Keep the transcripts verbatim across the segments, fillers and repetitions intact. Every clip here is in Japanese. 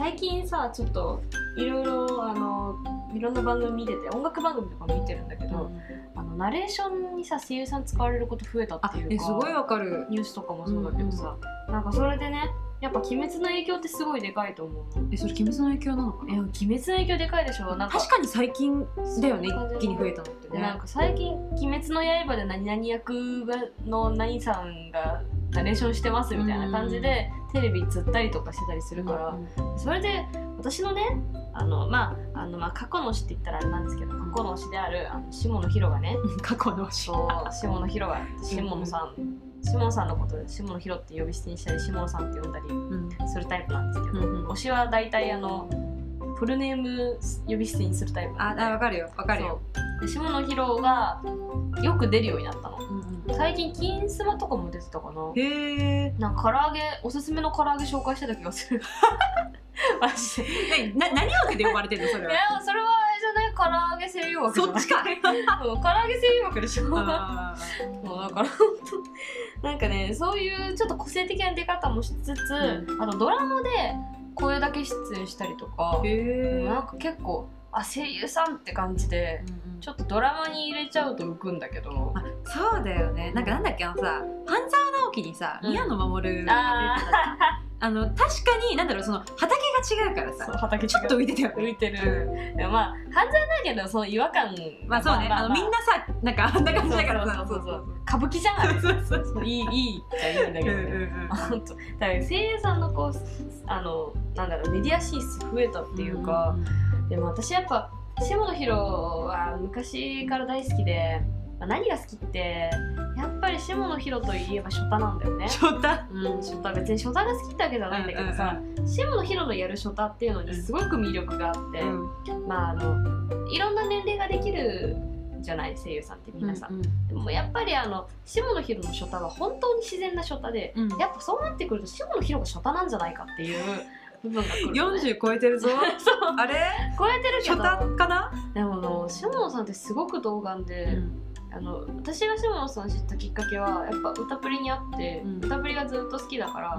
最近さちょっといろいろあのいろんな番組見てて、音楽番組とか見てるんだけど、うん、あのナレーションにさ声優さん使われること増えたっていうか、 すごいわかる。 ニュースとかもそうだけどさ、うん、なんかそれでね、やっぱ鬼滅の影響ってすごいでかいと思うの。 え、それ鬼滅の影響なのかな。 いや、鬼滅の影響でかいでしょ。なんか確かに最近だよね、一気に増えたのってね。 なんか最近「鬼滅の刃」で何々役がの何さんがナレーションしてますみたいな感じで、うん、テレビ釣ったりとかしてたりするから、うん、それで私のね、あのまああのまあ過去の推しって言ったらあれなんですけど、過去の推しであるあの下野紘がね、 過去の推し、 そう下野紘が下野さん、下野さんのことで下野紘って呼び捨てにしたり下野さんって呼んだりするタイプなんですけど、うん、推しは大体あのフルネーム呼び捨てにするタイプなんで。 あ、わかるよわかるよ。 で下野紘がよく出るようになったの、うんうん、最近金スマとかも出てたかな。 へー、 なんか唐揚げ、おすすめの唐揚げ紹介してた気がするマジでな何枠で呼ばれてるのそれは。 いや、それはあれじゃない、唐揚げ声優枠じゃない。 そっちか唐揚げ声優枠でしょもうだから本当なんかね、そういうちょっと個性的な出方もしつつ、うん、あとドラマで声だけ出演したりとか、 へー、 なんか結構あ、声優さんって感じで、うんうん、ちょっとドラマに入れちゃうと浮くんだけど。 あ、そうだよね。なんかなんだっけ、あのさ、半沢直樹にさ、宮野真守が出てた、うん、ああの確かになんだろう、その畑が違うからさ、畑ちょっと浮いてたよね。 浮いてる、うん、でもまあ半沢だけどその違和感、 まあそうね、まあまあ、あのみんなさ、なんかあんな感じだからさ、 そうそうそうそう、歌舞伎じゃない。そうそうそう、いいいいっちゃいいんだけどね。本当だから声優さんのこう、あのなんだろう、メディア進出増えたっていうか、うん、でも私やっぱ下野紘は昔から大好きで、何が好きってやっぱり下野紘といえばショタなんだよね。 ショタ、 うん、ショタ、別にショタが好きってわけじゃないんだけどさ、うんうんうん、下野紘のやるショタっていうのにすごく魅力があって、うん、まああのいろんな年齢ができるじゃない、声優さんって皆さん、うんうん、でもやっぱりあの下野紘のショタは本当に自然なショタで、うん、やっぱそうなってくると下野紘がショタなんじゃないかっていう部分が来る、ね、 よんじゅう超えてるぞそうあれ超えてるけど、 ショタかな。でもの下野さんってすごく童顔で、うん、あの私が下野さん知ったきっかけはやっぱ歌プリにあって、うん、歌プリがずっと好きだから、うん、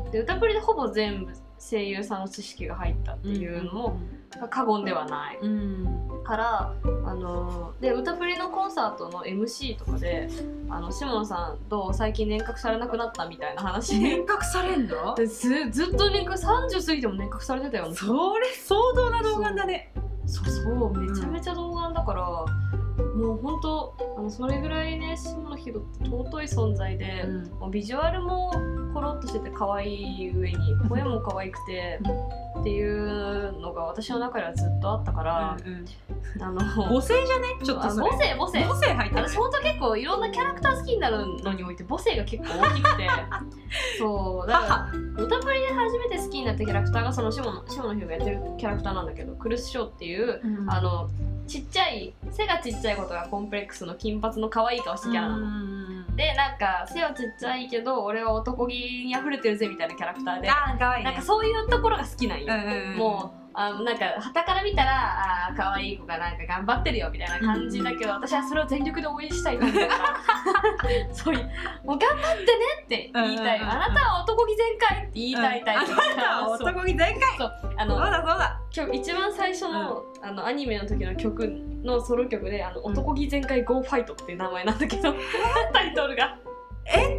で歌プリでほぼ全部声優さんの知識が入ったっていうのも、うん、過言ではない、うん、からあので歌プリのコンサートの エムシー とかであの下野さんどう最近年賀されなくなったみたいな話。 年賀されんの？ ずずっと年賀さんじゅう過ぎても年賀されてたよね。 それ相当な童顔だね。 そうそうめちゃめちゃ童顔だから、うん、もうほんとあのそれぐらいね下野紘って尊い存在で、うん、もうビジュアルもコロッとしてて可愛い上に声も可愛くてっていうのが私の中ではずっとあったから、うんうん、あの母性じゃねちょっとそれ母性母性母性入ってる。 私ほんと結構いろんなキャラクター好きになるのにおいて母性が結構大きくてそうだから歌プリで初めて好きになったキャラクターがその下野下野紘がやってるキャラクターなんだけど、クルスショーっていう、うん、あのちっちゃい背がちっちゃいことがコンプレックスの金髪の可愛い顔したキャラなの。でなんか背はちっちゃいけど俺は男気に溢れてるぜみたいなキャラクターで、 あーかわいいね、 なんかそういうところが好きなんよ、 うんうんうん、もうあなんか傍から見たらあ可愛い子がなんか頑張ってるよみたいな感じだけど、うん、私はそれを全力で応援したい感じだからそういうもう頑張ってねって言いたい、うんうんうん、あなたは男気全開って言いたいタイプ、 うん、あなたは男気全開。 そうあのそうだそうだ、 今日一番最初の、うん、あのアニメの時の曲のソロ曲であの、うん、男気全開 Go Fight っていう名前なんだけどタイトルがえ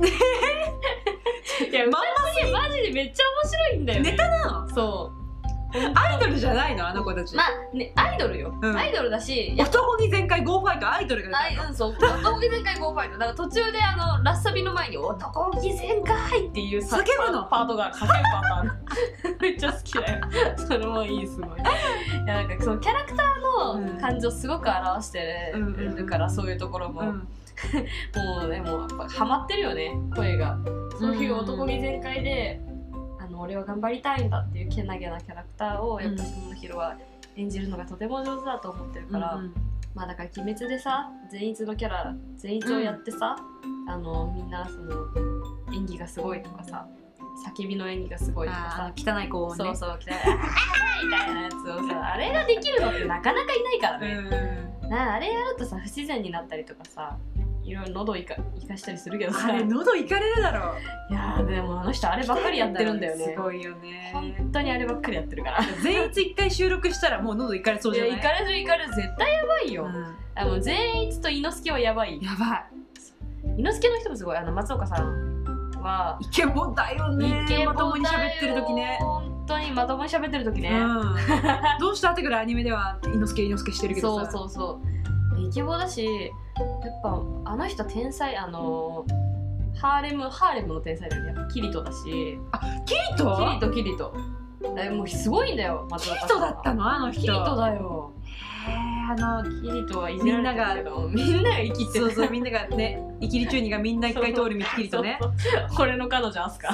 いや、マジでめっちゃ面白いんだよね。 ネタなの？ そうアイドルじゃないのあの子たち。 まあね、アイドルよ、うん、アイドルだし男気全開ゴーファイトアイドルが歌うの。うん、そう男気全開ゴーファイトだから途中であのラッサビの前に男気全開っていう叫ぶのパートが叫ぶパートあるめっちゃ好きだよそれもいいすごい。いやなんかそのキャラクターの感情すごく表してるから、うん、そういうところも、うん、もうねもうやっぱハマってるよね声が。そういう男気全開で、あの俺は頑張りたいんだっていうけなげなキャラクターをやっぱ下野紘は演じるのがとても上手だと思ってるから、うんうん、まあだから鬼滅でさ善逸のキャラ善逸をやってさ、うん、あのみんなその演技がすごいとかさ叫びの演技がすごいとかさ汚い子をねそうそう汚いみたいなやつをさあれができるのってなかなかいないからね、うん、なあれやるとさ不自然になったりとかさいいろいろ喉いか生かしたりするけどさ、 あれ喉いかれるだろう。いやーでもあの人あればっかりやってるんだよね。 すごいよね。 本当にあればっかりやってるから善逸一回収録したらもう喉いかれそうじゃない？ いやいかれるいかれる、絶対やばいよ、うん、あの善逸と伊之助はやばい。 やばい。伊之助の人もすごい。あの松岡さんはイケボだよね。 イケボだよ。 まともに喋ってる時ね。 本当にまともに喋ってる時ね、うん、 どうしたってぐらいアニメでは伊之助伊之助してるけどさ。 そうそうそうイケボだし、やっぱあの人天才。あのハーレムハーレムの天才だよね。やっぱキリトだし。 あ、キリト？ キリトキリトもうすごいんだよ。松岡さん。 キリトだったのあの人。 キリトだよ。 へえ、あのキリトはいじられてるけど、みんなが生きてる。 そうそう、みんながね、生きり中にがみんな一回通る道キリトね。 俺の彼女アスカ。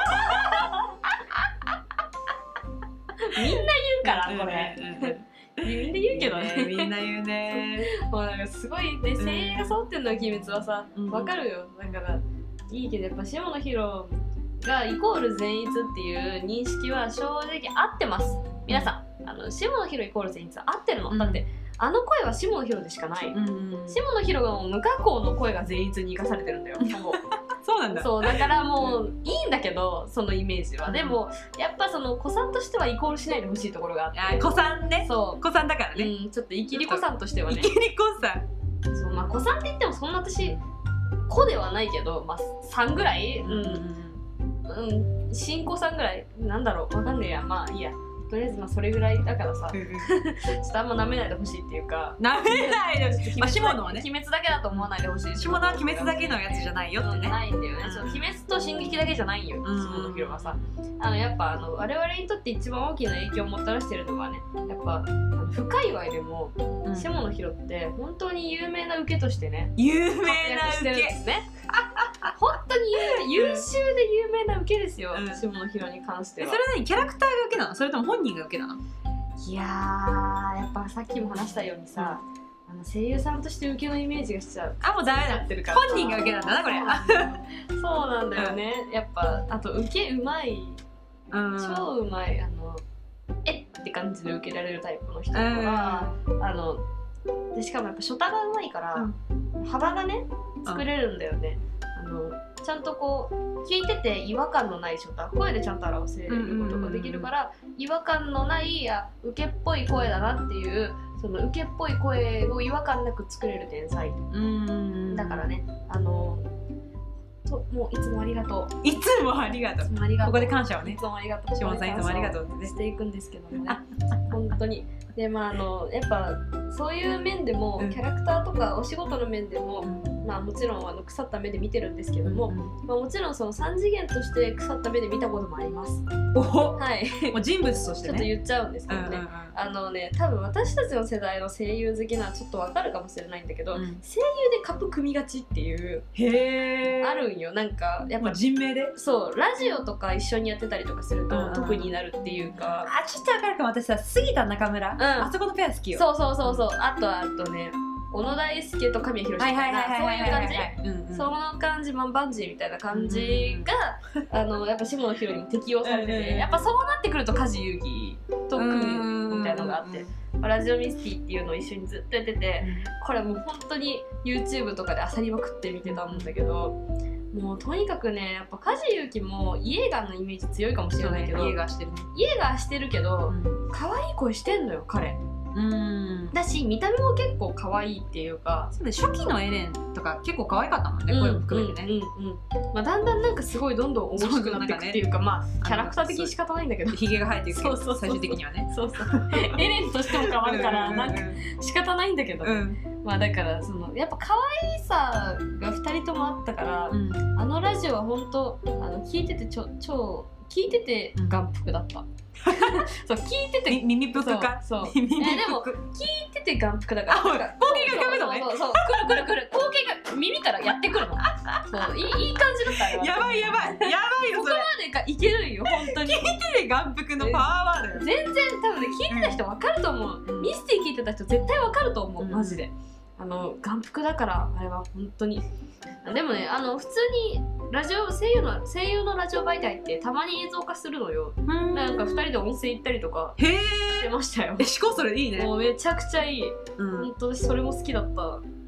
みんな言うからこれ。みんな言うけどね。 みんな言うね。 もうなんかすごいね、声優が揃ってんのよ、鬼滅はさ。わかるよ。だからいいけど、やっぱ下野紘がイコール善逸っていう認識は正直合ってます。皆さん、あの下野紘イコール善逸は合ってるの。だってあの声は下野紘でしかない。下野紘が無加工の声が善逸に生かされてるんだよ。 そうなんだ。 そうだからもういいんだけど、そのイメージは、うん、でもやっぱその子さんとしてはイコールしないでほしいところがあって。 子さんね。 そう子さんだからね、 うん、ちょっとイキリ子さんとしてはね。 イキリ子さん。 そう、まあ子さんって言ってもそんな私子ではないけど、まあさんぐらい、うんうん、新子さんぐらいなんだろう、わかんねえや。まあいいや、とりあえずまあそれぐらいだからさ、ちょっとあんま舐めないでほしいっていうか、 舐めないでほしい。まあ下野はね、 鬼滅だけだと思わないでほしい。 下野は鬼滅だけのやつじゃないよってね。 ないんだよね。そう、鬼滅と進撃だけじゃないよ。下野紘はさ、あのやっぱあの我々にとって一番大きな影響をもたらしてるのはね、やっぱ深い界隈でも下野紘って本当に有名な受けとしてね、 有名な受けですね。本当に優秀で有名な受けですよ、うん、下野紘に関しては。 それ何キャラクターが受けなの、それとも本人が受けなの？ いやー、やっぱさっきも話したようにさ、うん、あの声優さんとして受けのイメージがしちゃう。 あ、もうダメだってるから。本人が受けなんだなこれ。 そうなんだよね、うん、やっぱあと受けうまい、うん、超うまい、あのえって感じで受けられるタイプの人とか、うん、あのでしかもやっぱ初太がうまいから、うん、幅がね作れるんだよね。あのちゃんとこう聞いてて違和感のない初太、声でちゃんと表せることができるから、違和感のないや受けっぽい声だなっていう、その受けっぽい声を違和感なく作れる天才だからね。あのともういつもありがとう。 いつもありがとう。ここで感謝をね。 いつもありがとう。 下野さんいつもありがとうってねしていくんですけどもね。本当に。でまああのやっぱそういう面でも、うん、キャラクターとかお仕事の面でも、うん、まあもちろんあの腐った目で見てるんですけども、うんうん、まあもちろんその三次元として腐った目で見たこともあります。 おはい。 もう人物としてね。 ちょっと言っちゃうんですけどね。うんうんうん、あのね多分私たちの世代の声優好きならちょっとわかるかもしれないんだけど、うん、声優でカップ組みがちっていうへーあるんよ。なんかやっぱ人名でそうラジオとか一緒にやってたりとかすると、うん、特になるっていうか。 あ、ちょっとわかるかも。私さ杉田中村、うん、あそこのペア好きよ。 そうそうそうそう。あとあとね小野大輔と神谷博史みたいなそういう感じ、その感じ、マンバンジーみたいな感じが、うん、あのやっぱ下野紘に適用されてて、うん、やっぱそうなってくると梶裕貴と組むみたいなのがあって、うん、ラジオミスティっていうのを一緒にずっとやってて、うん、これもう本当に YouTube とかで漁りまくって見てたんだけど、もうとにかくねやっぱ梶裕貴もイエーガーのイメージ強いかもしれないけど、 イエーガーしてるね。 イエーガーしてるけど、うん、可愛い声してんのよ彼。 うんだし見た目も結構可愛いっていうか、 そうで初期のエレンとか結構可愛かったもんね、声も含めてね。 うんうんうんまあ、だんだんなんかすごいどんどん面白くなっていくっていうか、まあキャラクター的に仕方ないんだけど、 ひげが生えていくけど最終的にはね。 そうそうエレンとしても変わるからなんか仕方ないんだけど、うん、まあだからそのやっぱ可愛さがふたりともあったから、うん、あのラジオは本当あの聞いててちょ超聞いてて眼福だった。そう聞いてて耳ぷくか。 そう。えー、でも聞いてて眼福だから。 あ、光景が来るのね。 そうそうくるくるくる光景が耳からやってくるの。そういいいい感じだったよ。 やばいやばいやばいよそれ。 ここまでがいけるんよ本当に。 聞いてて眼福のパワーワード。 全然多分ね聞いてた人わかると思う。うん、ミスティ聞いてた人絶対わかると思う、うん、マジで。あの眼福だからあれは本当に。でもねあの普通にラジオ声優の声優のラジオ媒体ってたまに映像化するのよ。なんかふたりで温泉行ったりとかしてましたよ。 えしかもそれいいね。 もうめちゃくちゃいい。うん、本当それも好きだった。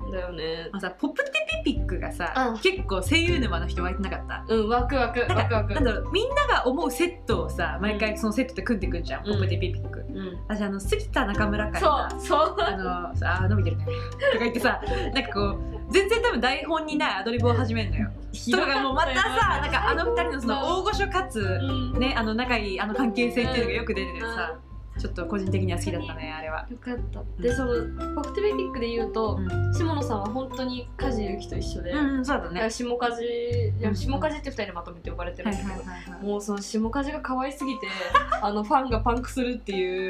だよね。 さポプテピピックがさ、うん、結構声優沼の人湧いてなかった？ うん、ワクワクワクワク。 なんだろう、みんなが思うセットをさ毎回そのセットで組んでくんじゃん、うん、ポプテピピック、うん、私あの杉田中村からさ、 そうそうあのさあ伸びてるねとか言ってさ、なんかこう全然多分台本にないアドリブを始めるのよ。とかもうまたさ、なんかあの二人のその大御所かつ、うん、ね、あの仲いいあの関係性っていうのがよく出ててさ、うん、ちょっと個人的には好きだったねあれは。 よかった。でそのポプテピピックで言うと、うん、下野さんは本当に梶裕貴と一緒で、 うん、そうだね。 下梶、いや下梶って二人でまとめて呼ばれてるんだけど、もうその下梶が可愛すぎてあのファンがパンクするっていう、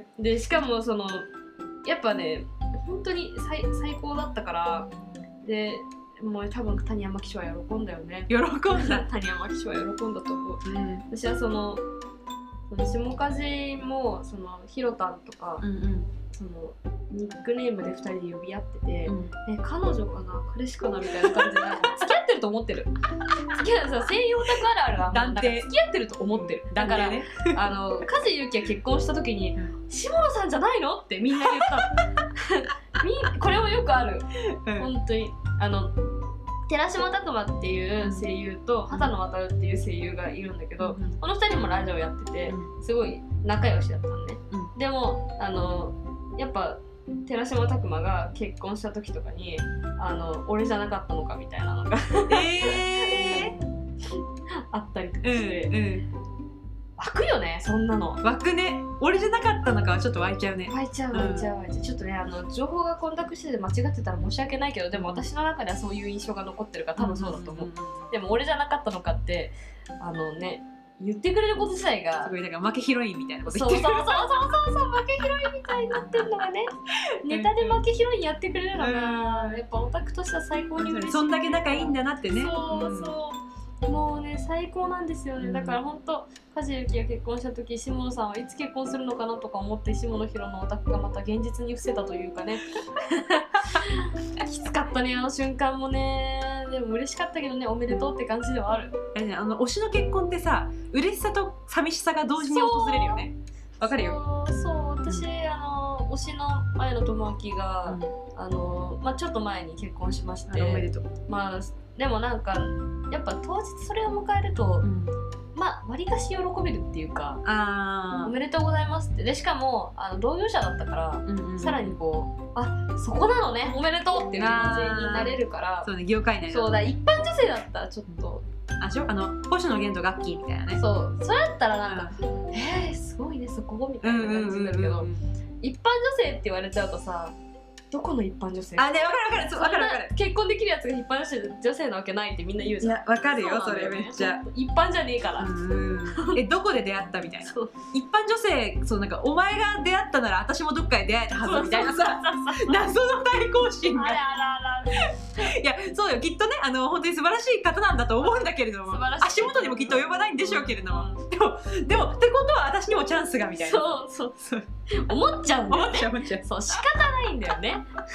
うん、でしかもそのやっぱね本当に 最, 最高だったから、でもう多分谷山騎手は喜んだよね。 喜んだ谷山騎手は喜んだと思う、うん、私はその下梶もそのひろたんとか、うんうん、そのニックネームでふたりで呼び合ってて、うん、え彼女かな彼氏かなみたいな感じで付き合ってると思ってる付き合さ声優オタクあるあるは断定付き合ってると思ってる。だから、ね、あの梶裕貴が結婚した時に、うん、下野さんじゃないのってみんな言ったみこれもよくある、うん、本当にあの寺島拓磨っていう声優と畑野渡っていう声優がいるんだけど、うん、このふたりもラジオやっててすごい仲良しだったのね、うん、でもあのやっぱ寺島拓磨が結婚した時とかにあの俺じゃなかったのかみたいなのがえー、あったりとかして、うんうん、湧くよねそんなの。 湧くね。俺じゃなかったのかはちょっと湧いちゃうね。 湧いちゃう湧いちゃう湧いちゃう、うん、ちょっとねあの情報が混濁してて間違ってたら申し訳ないけど、でも私の中ではそういう印象が残ってるから多分そうだと思う、うんうんうんうん、でも俺じゃなかったのかってあのね言ってくれること自体がすごい、だから負けヒロインみたいなこと言ってる。 そうそうそうそうそう負けヒロインみたいになってるのがねネタで負けヒロインやってくれるのがやっぱオタクとしては最高に嬉しい。 そんだけ仲いいんだなってね。 そうそう、うん、もうね最高なんですよね。だから本当梶裕貴が結婚した時下野さんはいつ結婚するのかなとか思って下野紘のオタクがまた現実に伏せたというかねきつかったねあの瞬間もね。でも嬉しかったけどね、おめでとうって感じではある。 あれね、あの推しの結婚ってさ嬉しさと寂しさが同時に訪れるよね。わかるよ。 そうそう私、うん、あの推しの前野智明が、うん、あのまあ、ちょっと前に結婚しまして、 おめでとう。 まあでもなんかやっぱ当日それを迎えると、うん、まあわりかし喜べるっていうか、あおめでとうございますって。でしかもあの同業者だったから、うんうん、さらにこうあそこなのねおめでとうっていう気持ちになれるから。 そうね、業界内そうだ、一般女性だったらちょっとあしょあの星野源とガッキーみたいなね。 そうそれだったらなんか、うん、えー、すごいねそこみたいな感じになるけど、一般女性って言われちゃうとさどこの一般女性？ あ、ね、わかるわかる、そう、わかるわかる。 結婚できるやつが一般女性、女性なわけないってみんな言うじゃん。 いや、わかるよ、それめっちゃ。 一般じゃねえから。 え、どこで出会ったみたいな。一般女性、そうなんかお前が出会ったなら私もどっかで出会えたはずみたいなさ、謎の対抗心が。あらあらあら。いや、そうよ、きっとね、あの本当に素晴らしい方なんだと思うんだけれども、足元にもきっと及ばないんでしょうけれども、でもでもってことは私にもチャンスがみたいな。 そうそうそう。思っちゃうんだよね。 思っちゃう思っちゃう。 そう仕方ないんだよね。だから、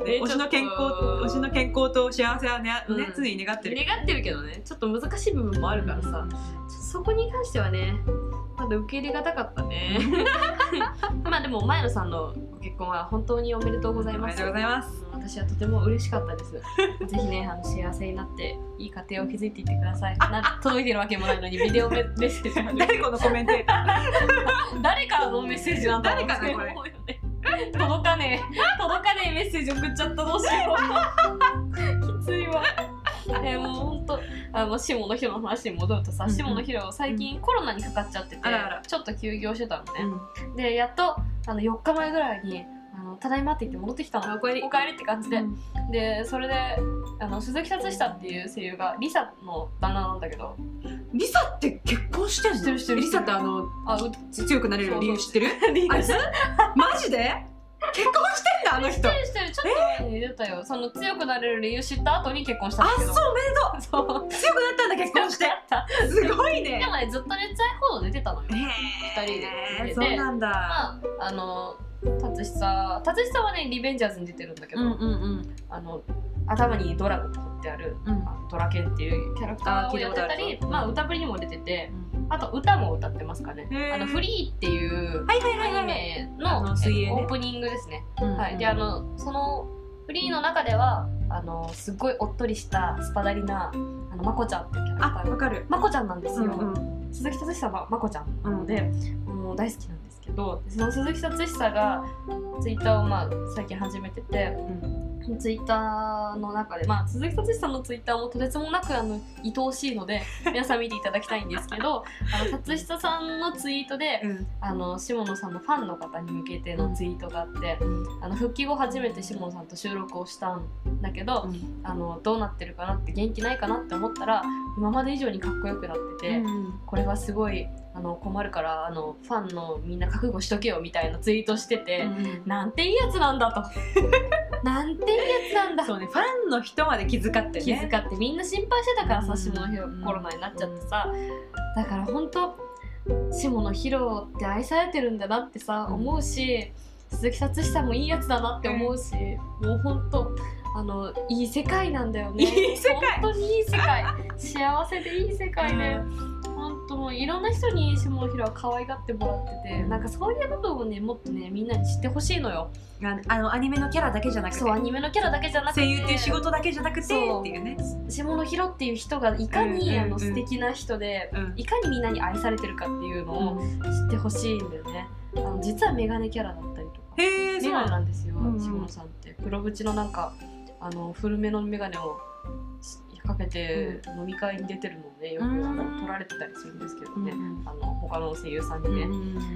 ね、推しの健康推しの健康と幸せはね、うん、ね常に願ってる。 願ってるけどね、ちょっと難しい部分もあるからさ、そこに関してはね、まだ受け入れがたかったね。まあでも前野さんのご結婚は本当におめでとうございます。 おめでとうございます。 私はとても嬉しかったです。ぜひね、あの幸せになっていい家庭を築いていってください。な届いてるわけもないのにビデオメッセージ誰このコメンテーター誰からのメッセージなんだろう。 誰かなこれ。 届かねえ届かねえメッセージ送っちゃった、どうしよう。きついわ。えー、もうほんとあの下野紘の話に戻るとさ、うんうん、下野紘最近コロナにかかっちゃってて、あらあらちょっと休業してたのね、うん、でやっとあのよっかまえぐらいにあのただいまって言って戻ってきたの。おかえりおかえりって感じで、うん、でそれであの鈴木達久っていう声優がリサの旦那なんだけど。 リサって結婚してるの？ してるしてる。 リサってあのあ強くなれる理由知ってる？ あいつマジで結婚してんだあの人。 してるしてる、ちょっと前に出たよ。その強くなれる理由知った後に結婚したんだけど。 あ、そうおめでとう。そう強くなったんだ結婚して。すごいね。 でもねずっと熱愛報道出てたのよ。ふたりで出てて。 そうなんだ。 まああの達久達久はねリベンジャーズに出てるんだけど、うんうんうん、あの頭にドラゴン彫ってある、うん、あのドラケンっていうキャラクターをやってたり、まあ、歌振りにも出てて、うん、あと歌も歌ってますかね。あのフリーっていうアニメのオープニングですね。はい、であのそのフリーの中ではあのすっごいおっとりしたスパダリなあのまこちゃんっていうキャラクター。あ、わかる。まこちゃんなんですよ。うんうん、鈴木達久はまこちゃんなので、うん、もう大好きなんですけど、その鈴木達久がツイッターをまあ最近始めてて。うん、ツイッターの中で、まあ、鈴木達さんのツイッターもとてつもなくあの愛おしいので皆さん見ていただきたいんですけどあの達久さんのツイートで、うん、あの下野さんのファンの方に向けてのツイートがあって、うん、あの復帰後初めて下野さんと収録をしたんだけど、うん、あのどうなってるかなって元気ないかなって思ったら今まで以上にかっこよくなってて、うん、これはすごいあの困るからあのファンのみんな覚悟しとけよみたいなツイートしてて、うん、なんていいやつなんだとなんていいやつなんだ。 そうね、ファンの人まで気遣ってね、 気遣ってみんな心配してたからさ、下野紘コロナになっちゃってさ、だからほんと下野紘って愛されてるんだなってさ、うん、思うし、鈴木達久もいいやつだなって思うし、うん、もうほんとあのいい世界なんだよね。 いい世界、 本当にいい世界幸せでいい世界で、本当もういろんな人に下野紘は可愛がってもらってて、なんかそういう部分をねもっとねみんなに知ってほしいのよ。 あ, あのアニメのキャラだけじゃなくて、 そうアニメのキャラだけじゃなくて声優っていう仕事だけじゃなくてっていうね、 下野紘っていう人がいかに、うんうんうん、あの素敵な人で、うん、いかにみんなに愛されてるかっていうのを知ってほしいんだよね。あの実はメガネキャラだったりとか、 へー、 メガネなんですよ、うんうん、下野さんって。黒縁のなんかあの古めのメガネをかけて飲み会に出てるのでよくあの撮られてたりするんですけどね、うん、あの他の声優さんにね、うん、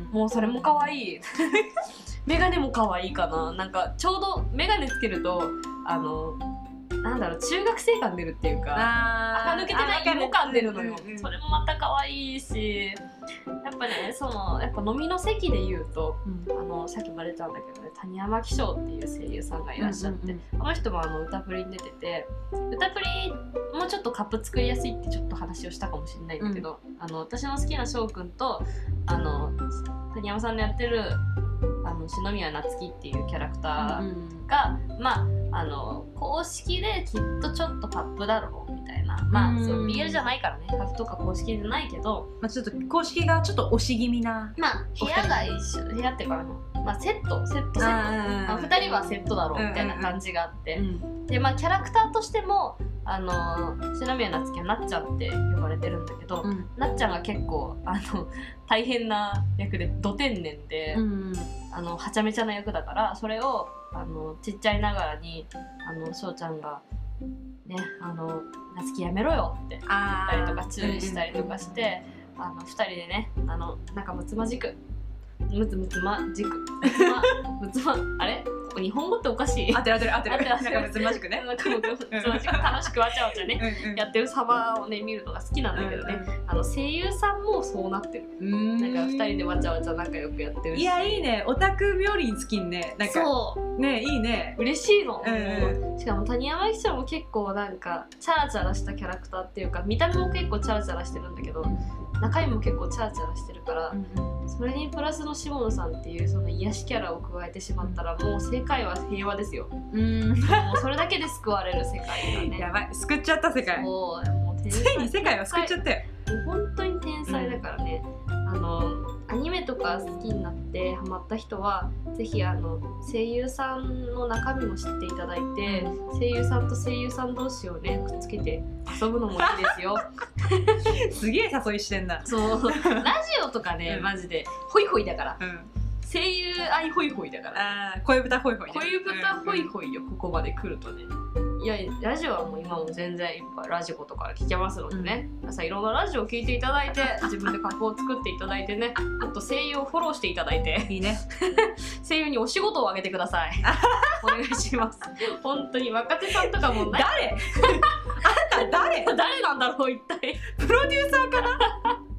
もうそれも可愛いメガネも可愛いかな。なんかちょうどメガネつけるとあのなんだろう中学生感出るっていうか、垢抜けてない芋感出るのよ、うんうん、それもまた可愛いし、やっぱねそのやっぱ飲みの席で言うと、うん、あのさっきも出たんだけどね、谷山紀章っていう声優さんがいらっしゃって、うんうんうん、あの人もあの歌プリに出てて、歌プリもちょっとカップ作りやすいってちょっと話をしたかもしれないんだけど、うん、あの私の好きな翔くんとあの谷山さんのやってるあの篠宮夏樹っていうキャラクターが、うん、まああの公式できっとちょっとカップだろうみたいな、まあそう ビーエル じゃないからね、カップとか公式じゃないけど、 まあ、ちょっと公式がちょっと押し気味な、 まあ部屋が一緒、部屋っていうかあの、まあ、セットセットセット、あふたりはセットだろうみたいな感じがあって、うんうんうん、でまあキャラクターとしてもあの篠宮夏樹はなっちゃんって呼ばれてるんだけど、うん、なっちゃんが結構あの大変な役でど天然で、うんうん、あのはちゃめちゃな役だから、それをあのちっちゃいながらにあの翔ちゃんがねあの夏樹やめろよって言ったりとか注意したりとかして、あのふたりでねあのなんかむつまじくむつむつまじくむつまむつまあれ日本語っておかしい。 合ってる合ってる合ってる。なんかむつまじくね。 なんかむつまじく楽しくわちゃわちゃねうん、うん、やってる様をね見るのが好きなんだけどね。うんうん、あの声優さんもそうなってる。うんなんかふたりでわちゃわちゃ仲良くやってるし。 いやいいね。オタク冥利につきんね。なんかそうねいいね。 嬉しいの。うんうん、しかも谷山紀章も結構なんかチャラチャラしたキャラクターっていうか見た目も結構チャラチャラしてるんだけど。うん中身も結構チャラチャラしてるから、うんうん、それにプラスの下野さんっていうその癒しキャラを加えてしまったらもう世界は平和ですよ。うんもうそれだけで救われる世界がね。 やばい救っちゃった世界。そうもう天才ついに世界は救っちゃったよ。 もう本当に天才だからね、うん、あのアニメとか好きになってハマった人はぜひあの声優さんの中身も知っていただいて、声優さんと声優さん同士をねくっつけて遊ぶのもいいですよ。 すげえ誘いしてんな。 そうラジオとかね、うん、マジでホイホイだから、うん、声優愛ホイホイだから、 あ声豚ホイホイ、ね、 声豚ホイホイよ、うん、ここまで来るとね。いやラジオはもう今も全然いっぱいラジコとか聞けますのでね、うん、皆さんいろんなラジオを聞いていただいて自分で格好を作っていただいてね、あと声優をフォローしていただいていいね声優にお仕事をあげてくださいお願いします。本当に若手さんとかも誰あんた誰誰なんだろう一体。 プロデューサーかな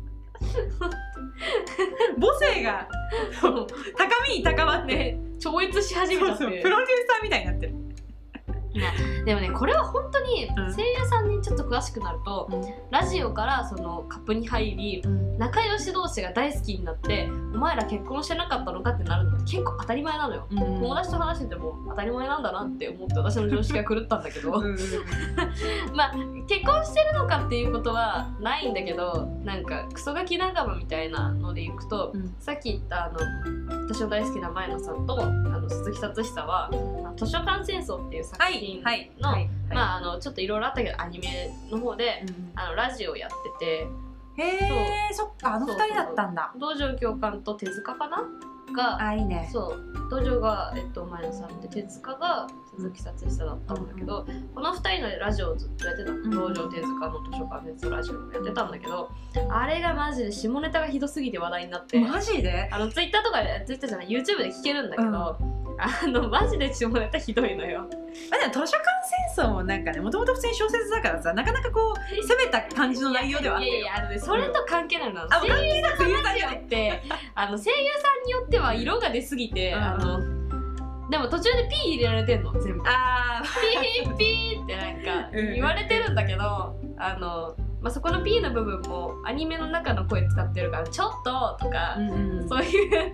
母性が高みに高まって、 ね、超越し始めちゃって、 そうそうプロデューサーみたいになってる。 でもねこれは本当に声優さんにちょっと詳しくなると、うん、ラジオからそのカップに入り、うん、仲良し同士が大好きになってお前ら結婚してなかったのかってなるのって結構当たり前なのよ、うん、友達と話してても当たり前なんだなって思って私の常識が狂ったんだけどまあ結婚してるのかっていうことはないんだけどなんかクソガキ仲間みたいなのでいくと、うん、さっき言ったあの私の大好きな前野さんとあの鈴木達久は図書館戦争っていう作品のまああのちょっといろいろあったけどアニメの方で、うん、あのラジオやっててへえそっかあのふたりだったんだ。 道場教官と手塚かながあいいねそう道場が、えっと、前野さんで手塚が鈴木達久だったんだけど、うん、このふたりのラジオをずっとやってた、うん、道場手塚の図書館でラジオをやってたんだけどあれがマジで下ネタがひどすぎて話題になってマジであのツイッターとかでツイッターじゃない YouTube で聞けるんだけど、うん、あのマジで下ネタひどいのよ。 まあ、でも図書館戦争もなんかねもともと普通に小説だからさなかなかこう攻めた感じの内容ではあったよ。 いやいやあのねそれと関係ないの、うん、 声優さんによってあの声優さんによっては色が出すぎて、うん、あのでも途中でピー入れられてんの全部あーピーピーってなんか言われてるんだけどあのまあ、そこの P の部分もアニメの中の声使ってるからちょっととか、うんうん、そういうのを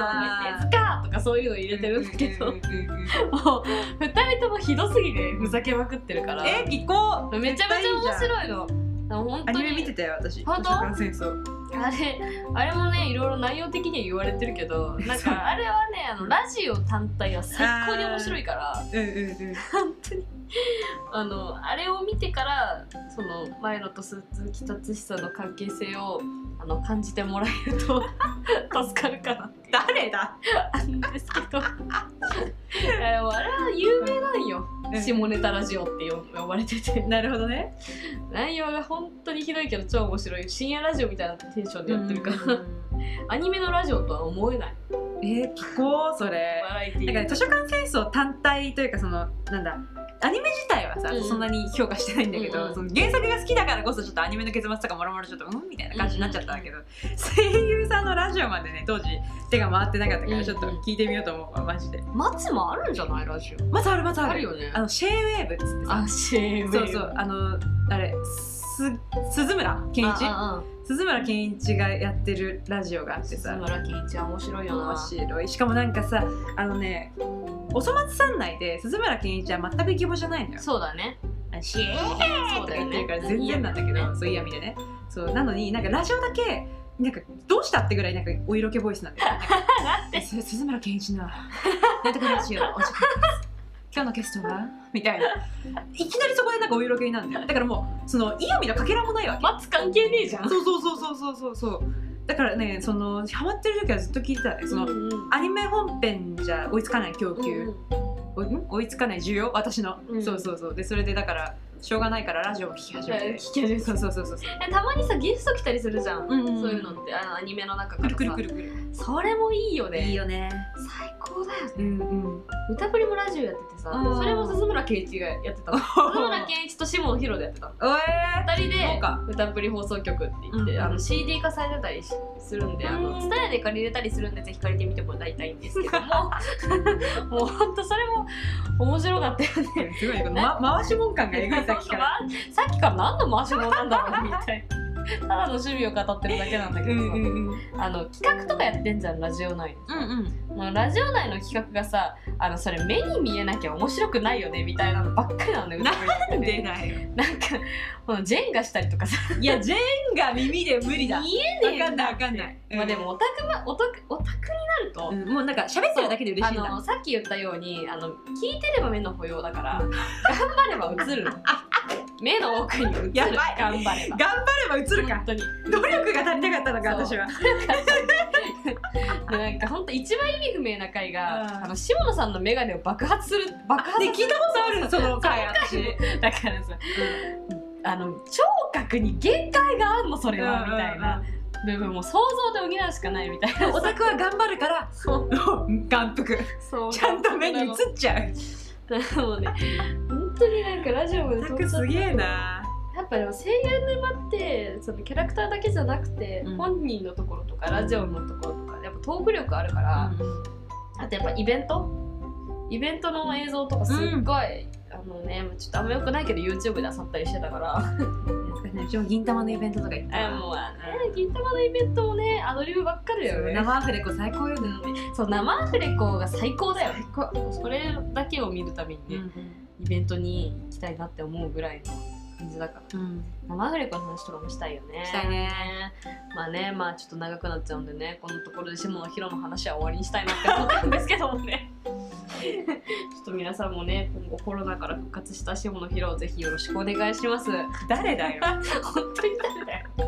「手塚!」とかそういうの入れてるんだけどもうふたりともひどすぎてふざけまくってるからえ聞こうめちゃめちゃ面白いの。 本当にアニメ見てたよ私本当図書館戦争あれあれもねいろいろ内容的には言われてるけどなんかあれはねあのラジオ単体は最高に面白いからうんうんうん本当にあのあれを見てからその前野と鈴木達久の関係性をあの感じてもらえると助かるかなって誰だあんですけどいやでもあれは有名なんよ、うん、下ネタラジオって呼ばれててなるほどね内容が本当にひどいけど超面白い深夜ラジオみたいなテンションでやってるからアニメのラジオとは思えない。 えー、聞こうそれだから図書館戦争単体というかそのなんだアニメ自体はさ、うん、そんなに評価してないんだけど、うん、その原作が好きだからこそちょっとアニメの結末とかもろもろちょっとうんみたいな感じになっちゃったんだけど、うん、声優さんのラジオまでね当時手が回ってなかったからちょっと聞いてみようと思うわマジで。 松もあるんじゃないラジオ。 松ある松ある。 あるよね。 あのシェーウェーブっつってさ。 あシェーウェーブ。 そうそうあのあれす鈴村健一。ああ鈴村健一がやってるラジオがあってさ。 鈴村健一は面白いよな。 面白い。しかもなんかさあのねおそ松さん内で鈴村健一は全くイケボじゃないのよ。 そうだね。 シェーとか言ってるから全然なんだけど、そういやみでね。そうなのになんかラジオだけなんかどうしたってぐらいなんかお色気ボイスなんだよ。 なんで鈴村健一のなんとかラジオお時間です。今日のゲストはみたいないきなりそこでなんかお色気なんだよ。だからもうそのイヤミのかけらもないわけ。 松関係ねえじゃん。 そうそうそうそうそうそうそうだからねそのハマってる時はずっと聞いてたね。その、うんうん、アニメ本編じゃ追いつかない供給、うんうん、追いつかない需要私の、うん、そうそうそうでそれでだからしょうがないからラジオを聴き始めて聞き始めてそうそうそうそうたまにさゲスト来たりするじゃん、うんうん、そういうのってあのアニメの中からさくるくるくるくるそれもいいよね。 いいよね最高だよね、 うんうん、 歌プリもラジオやっててさそれも鈴村健一がやってたの鈴村健一と下野紘でやってたのふたりで歌プリ放送局って言って、うん、あの シーディー 化されてたりするんで、あのツタヤで借りれたりするんでぜひ借りてみてもらいたいんですけどももうほんとそれも面白かったよねすごい、ま、回しもん感がえぐいさっきからさっきから何の回しもんなんだろうみたいなただの趣味を語ってるだけなんだけどさ、うんうんうん、あの企画とかやってんじゃんラジオ内でさ、うんうん、ラジオ内の企画がさあのそれ目に見えなきゃ面白くないよねみたいなのばっかりなんだよ。 なんでだよ。 なんかこのジェンガしたりとかさいやジェンガ耳で無理だ。 見えねえわかんないわかんない、 うん、まあでもオタクはオタクオタクになると、 うん、もうなんか喋ってるだけで嬉しいんだ。 あのさっき言ったようにあの聞いてれば目の保養だから頑張れば映るの目の奥に映る。 やばい頑張れば頑張れば映るか。 本当に努力が足りなかったのか私はでなんか本当一番意味不明な回があの下野さんの眼鏡を爆発する爆発で聞いたことあるその回私だからさ、うん、あの聴覚に限界があんのそれはみたいな部分も想像で補うしかないみたいな。 オタクは頑張るからそう眼福そうちゃんと目に映っちゃうもうね本当になんかラジオでオタクすげえな。 やっぱでも声優沼ってそのキャラクターだけじゃなくて、うん、本人のところとかラジオのところとかやっぱトーク力あるから、うん、あとやっぱイベントイベントの映像とかすっごい、うん、あもうねちょっとあんまよくないけど YouTube で漁ったりしてたからうちも銀玉のイベントとか行ったもうね銀玉のイベントもねアドリブばっかりだよね。 生アフレコ最高よね。 そう生アフレコが最高だよ。それだけを見るたびにね、うんうん、イベントに行きたいなって思うぐらいの感じだから、うん、生アフレコの話とかもしたいよね。 したいね。 まあねまあちょっと長くなっちゃうんでねこのところで下野紘の話は終わりにしたいなって思ってるんですけどもねちょっと皆さんもね今後コロナから復活した下野紘をぜひよろしくお願いします。 誰だよ本当に誰だよ